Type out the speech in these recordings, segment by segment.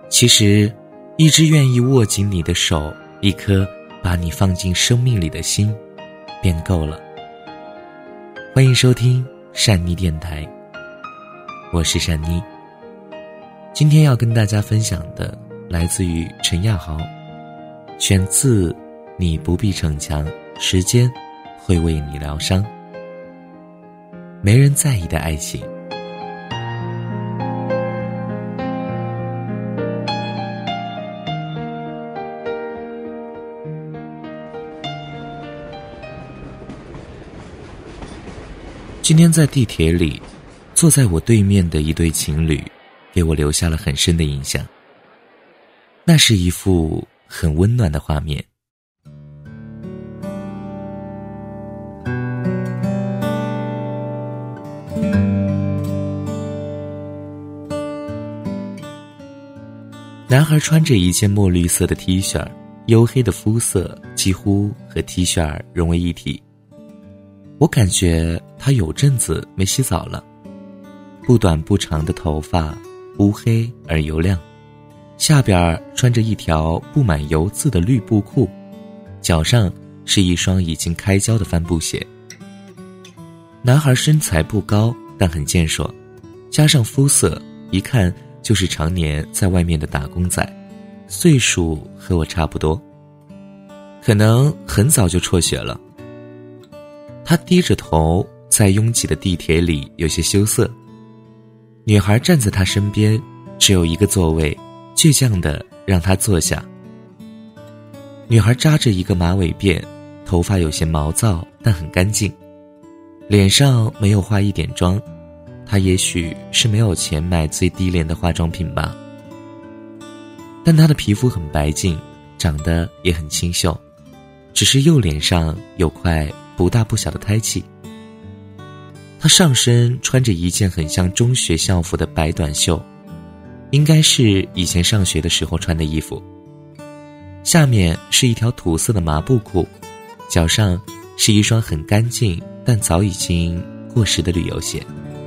其实，一只愿意握紧你的手，一颗把你放进生命里的心，便够了。欢迎收听善妮电台，我是善妮。今天要跟大家分享的来自于陈亚豪，选自《你不必逞强，时间会为你疗伤》。没人在意的爱情。今天在地铁里，坐在我对面的一对情侣给我留下了很深的印象。那是一幅很温暖的画面。男孩穿着一件墨绿色的 T 恤，黝黑的肤色几乎和 T 恤融为一体。我感觉他有阵子没洗澡了，不短不长的头发乌黑而油亮，下边穿着一条布满油渍的绿布裤，脚上是一双已经开胶的帆布鞋。男孩身材不高，但很健硕，加上肤色一看就是常年在外面的打工仔，岁数和我差不多，可能很早就辍学了。他低着头，在拥挤的地铁里有些羞涩。女孩站在他身边，只有一个座位，倔强地让他坐下。女孩扎着一个马尾辫，头发有些毛躁，但很干净，脸上没有化一点妆，她也许是没有钱买最低廉的化妆品吧。但她的皮肤很白净，长得也很清秀，只是右脸上有块不大不小的胎记。她上身穿着一件很像中学校服的白短袖，应该是以前上学的时候穿的衣服，下面是一条土色的麻布裤，脚上是一双很干净但早已经过时的旅游鞋。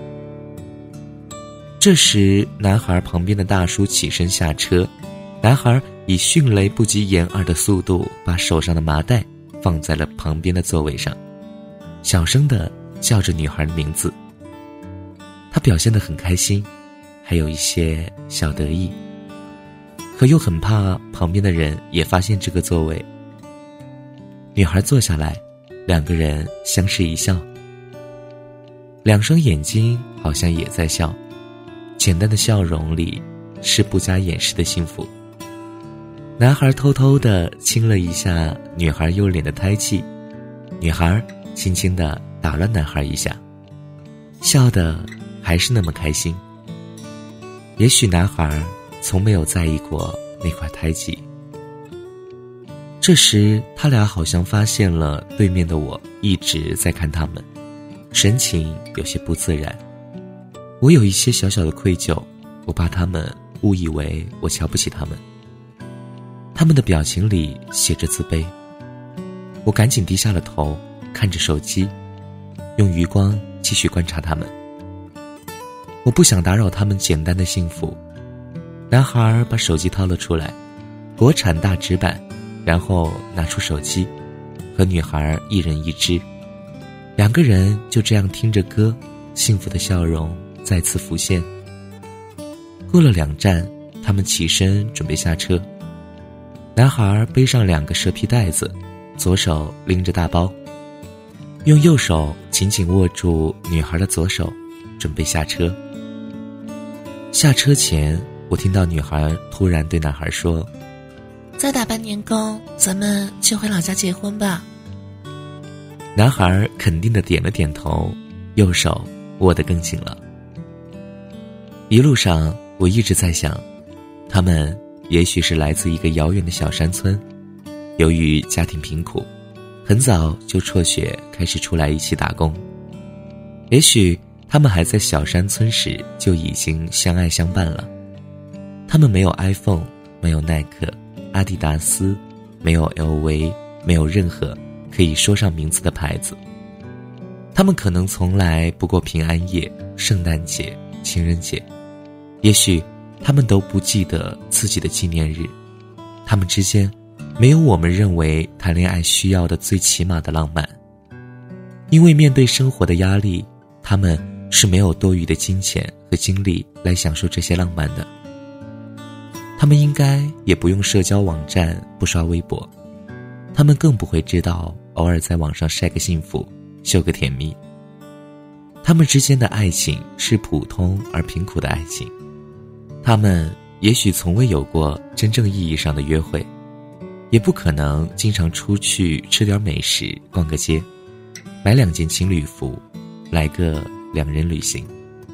这时男孩旁边的大叔起身下车，男孩以迅雷不及掩耳的速度把手上的麻袋放在了旁边的座位上，小声地叫着女孩的名字。他表现得很开心，还有一些小得意，可又很怕旁边的人也发现这个座位。女孩坐下来，两个人相视一笑，两双眼睛好像也在笑，简单的笑容里是不加掩饰的幸福。男孩偷偷地亲了一下女孩右脸的胎记，女孩轻轻地打了男孩一下，笑得还是那么开心。也许男孩从没有在意过那块胎记。这时他俩好像发现了对面的我一直在看他们，神情有些不自然。我有一些小小的愧疚，我怕他们误以为我瞧不起他们。他们的表情里写着自卑。我赶紧低下了头，看着手机，用余光继续观察他们。我不想打扰他们简单的幸福。男孩把手机掏了出来，国产大直板，然后拿出手机，和女孩一人一只，两个人就这样听着歌，幸福的笑容再次浮现。过了2站，他们起身准备下车。男孩背上2个蛇皮袋子，左手拎着大包，用右手紧紧握住女孩的左手，准备下车。下车前，我听到女孩突然对男孩说：“ 再打半年工，咱们就回老家结婚吧。” 男孩肯定地点了点头，右手握得更紧了。一路上，我一直在想，他们也许是来自一个遥远的小山村，由于家庭贫苦，很早就辍学开始出来一起打工。也许他们还在小山村时就已经相爱相伴了。他们没有 iPhone， 没有耐克、阿迪达斯，没有 LV， 没有任何可以说上名字的牌子。他们可能从来不过平安夜、圣诞节、情人节，也许他们都不记得自己的纪念日，他们之间没有我们认为谈恋爱需要的最起码的浪漫。因为面对生活的压力，他们是没有多余的金钱和精力来享受这些浪漫的。他们应该也不用社交网站，不刷微博，他们更不会知道偶尔在网上晒个幸福，秀个甜蜜。他们之间的爱情是普通而贫苦的爱情，他们也许从未有过真正意义上的约会，也不可能经常出去吃点美食，逛个街，买2件情侣服，来个2人旅行。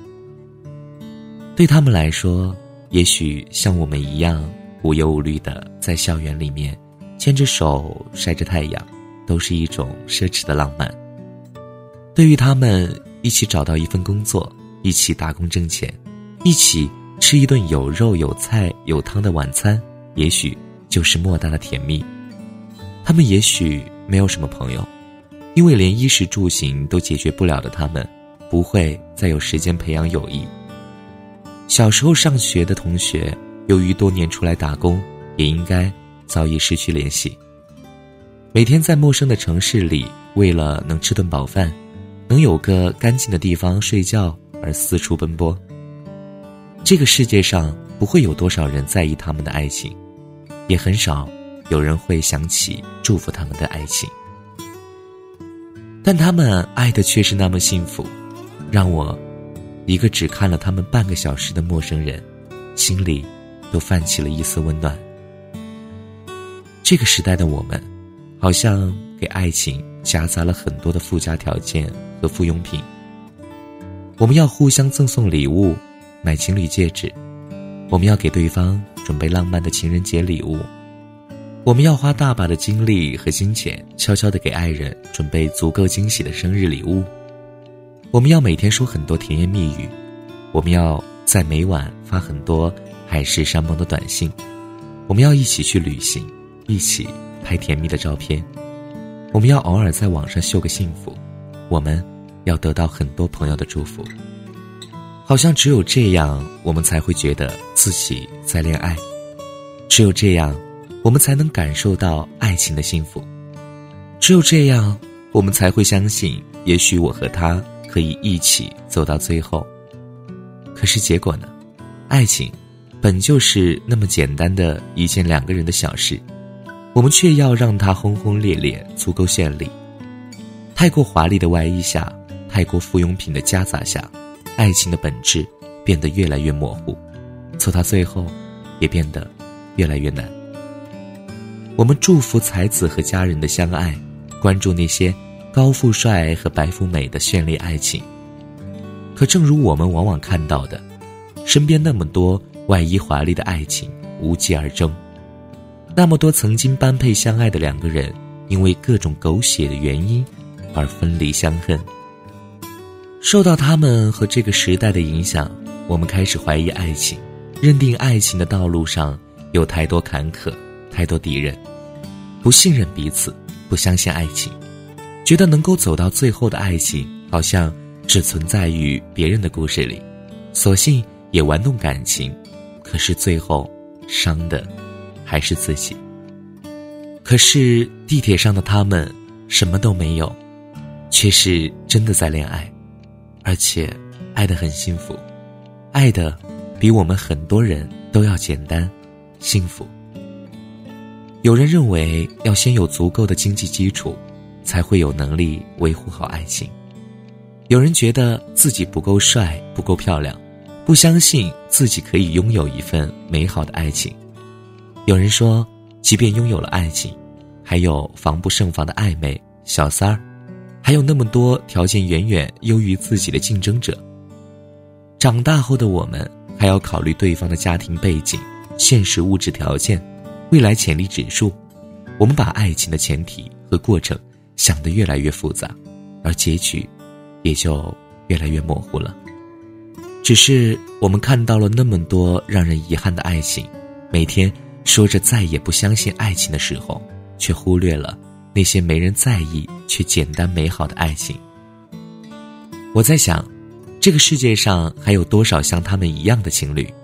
对他们来说，也许像我们一样无忧无虑的在校园里面牵着手晒着太阳，都是一种奢侈的浪漫。对于他们，一起找到一份工作，一起打工挣钱，一起吃一顿有肉有菜有汤的晚餐，也许就是莫大的甜蜜。他们也许没有什么朋友，因为连衣食住行都解决不了的他们，不会再有时间培养友谊。小时候上学的同学，由于多年出来打工，也应该早已失去联系。每天在陌生的城市里，为了能吃顿饱饭，能有个干净的地方睡觉而四处奔波。这个世界上不会有多少人在意他们的爱情，也很少有人会想起祝福他们的爱情。但他们爱的却是那么幸福，让我一个只看了他们半个小时的陌生人，心里都泛起了一丝温暖。这个时代的我们，好像给爱情夹杂了很多的附加条件和附庸品。我们要互相赠送礼物，买情侣戒指，我们要给对方准备浪漫的情人节礼物，我们要花大把的精力和金钱，悄悄地给爱人准备足够惊喜的生日礼物。我们要每天说很多甜言蜜语，我们要在每晚发很多海誓山盟的短信，我们要一起去旅行，一起拍甜蜜的照片，我们要偶尔在网上秀个幸福，我们要得到很多朋友的祝福。好像只有这样，我们才会觉得自己在恋爱，只有这样，我们才能感受到爱情的幸福，只有这样，我们才会相信，也许我和他可以一起走到最后。可是结果呢？爱情本就是那么简单的一件2个人的小事，我们却要让它轰轰烈烈，足够绚丽。太过华丽的外衣下，太过附庸品的夹杂下，爱情的本质变得越来越模糊，走到最后也变得越来越难。我们祝福才子和佳人的相爱，关注那些高富帅和白富美的绚丽爱情，可正如我们往往看到的，身边那么多外衣华丽的爱情无疾而终，那么多曾经般配相爱的2个人，因为各种狗血的原因而分离相恨。受到他们和这个时代的影响，我们开始怀疑爱情，认定爱情的道路上有太多坎坷，太多敌人，不信任彼此，不相信爱情，觉得能够走到最后的爱情好像只存在于别人的故事里，索性也玩弄感情，可是最后伤的还是自己。可是地铁上的他们什么都没有，却是真的在恋爱，而且爱得很幸福，爱得比我们很多人都要简单幸福。有人认为要先有足够的经济基础，才会有能力维护好爱情。有人觉得自己不够帅，不够漂亮，不相信自己可以拥有一份美好的爱情。有人说，即便拥有了爱情，还有防不胜防的暧昧、小三儿，还有那么多条件远远优于自己的竞争者。长大后的我们还要考虑对方的家庭背景、现实物质条件、未来潜力指数。我们把爱情的前提和过程想得越来越复杂，而结局也就越来越模糊了。只是我们看到了那么多让人遗憾的爱情，每天说着再也不相信爱情的时候，却忽略了那些没人在意却简单美好的爱情。我在想，这个世界上还有多少像他们一样的情侣，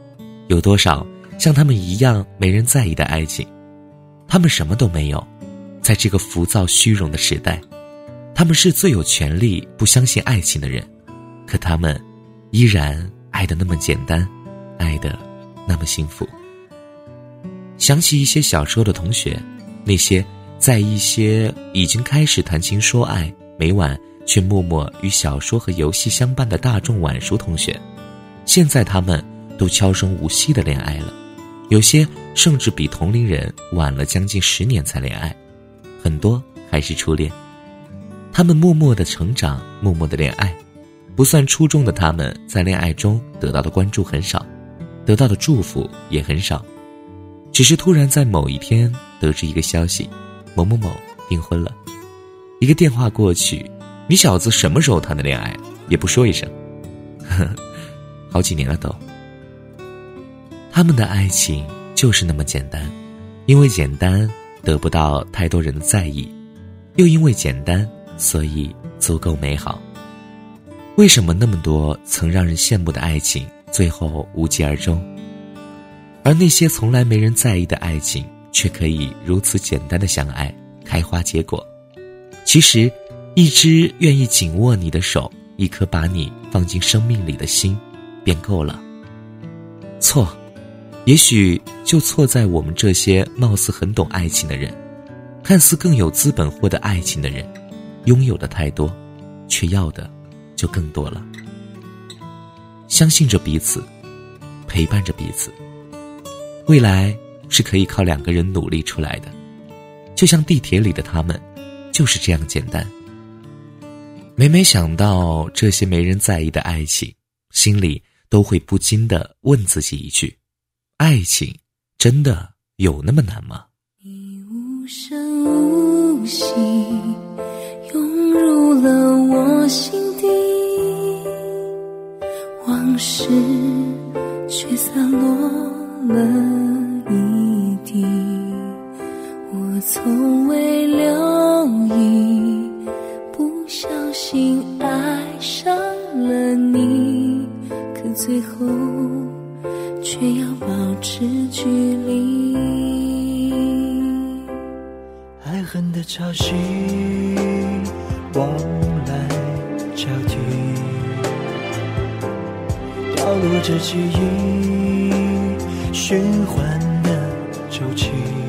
有多少像他们一样没人在意的爱情？他们什么都没有，在这个浮躁虚荣的时代，他们是最有权利不相信爱情的人，可他们依然爱得那么简单，爱得那么幸福。想起一些小时候的同学，那些在一些已经开始谈情说爱，每晚却默默与小说和游戏相伴的大众晚熟同学，现在他们都悄声无息地恋爱了，有些甚至比同龄人晚了将近10年才恋爱，很多还是初恋。他们默默地成长，默默地恋爱，不算出众的他们在恋爱中得到的关注很少，得到的祝福也很少，只是突然在某一天得知一个消息，某某某订婚了，一个电话过去，你小子什么时候谈的恋爱，也不说一声，好几年了都。他们的爱情就是那么简单，因为简单得不到太多人的在意，又因为简单所以足够美好。为什么那么多曾让人羡慕的爱情最后无疾而终，而那些从来没人在意的爱情却可以如此简单的相爱，开花结果？其实一只愿意紧握你的手，一颗把你放进生命里的心便够了。错，也许就错在我们这些貌似很懂爱情的人，看似更有资本获得爱情的人，拥有的太多，却要的就更多了。相信着彼此，陪伴着彼此，未来是可以靠2个人努力出来的，就像地铁里的他们，就是这样简单。每每想到这些没人在意的爱情，心里都会不禁地问自己一句：爱情真的有那么难吗？ 你无声无息涌入了我心底，往事却洒落了一地，我从未留意，不小心爱上了你，可最后却要保持距离。 爱恨的潮汐往来交替，掉落着记忆循环的周期，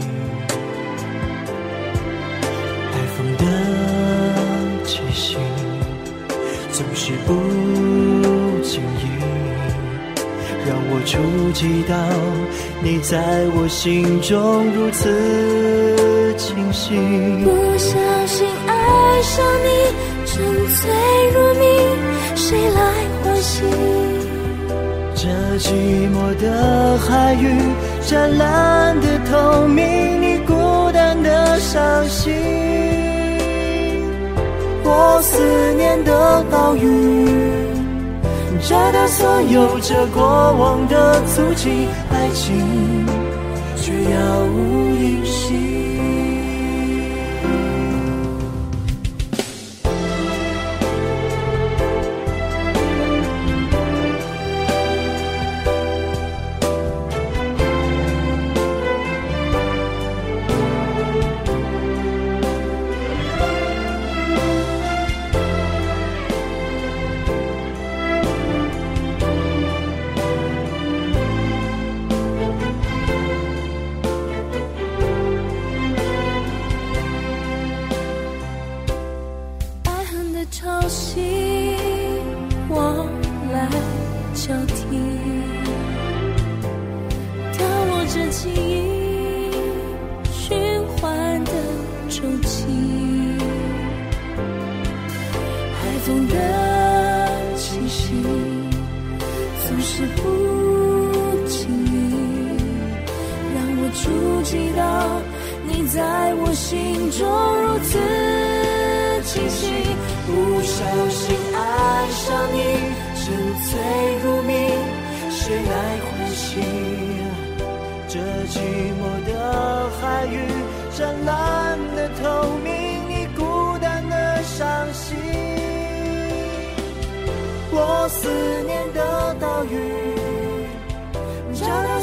爱风的气息总是不经意让我触及到你在我心中如此清晰。 不小心爱上你，沉醉如迷，谁来唤醒这寂寞的海域，湛蓝的透明，你孤单的伤心，我思念的岛屿，找到所有这过往的足迹，爱情却杳无音信。 潮汐往来交替，掉落着记忆循环的周期，海风的气息总是不经意让我触及到你在我心中如此清晰。不小心爱上你，沉醉如迷，谁来唤醒这寂寞的海域，湛蓝的透明，你孤单的伤心，我思念的岛屿，找到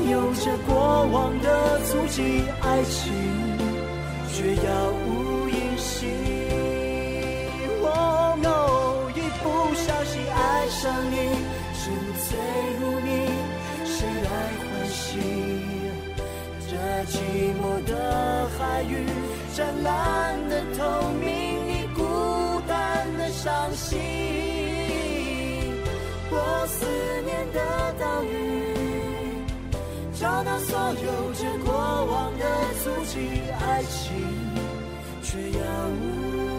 有着过往的足迹，爱情却杳无音信。Oh no， 一不小心爱上你，是醉如你，谁来唤醒这寂寞的海域？湛蓝的透明，你孤单的伤心。我思念的岛屿，找到所有着过往的足迹，爱情却杳无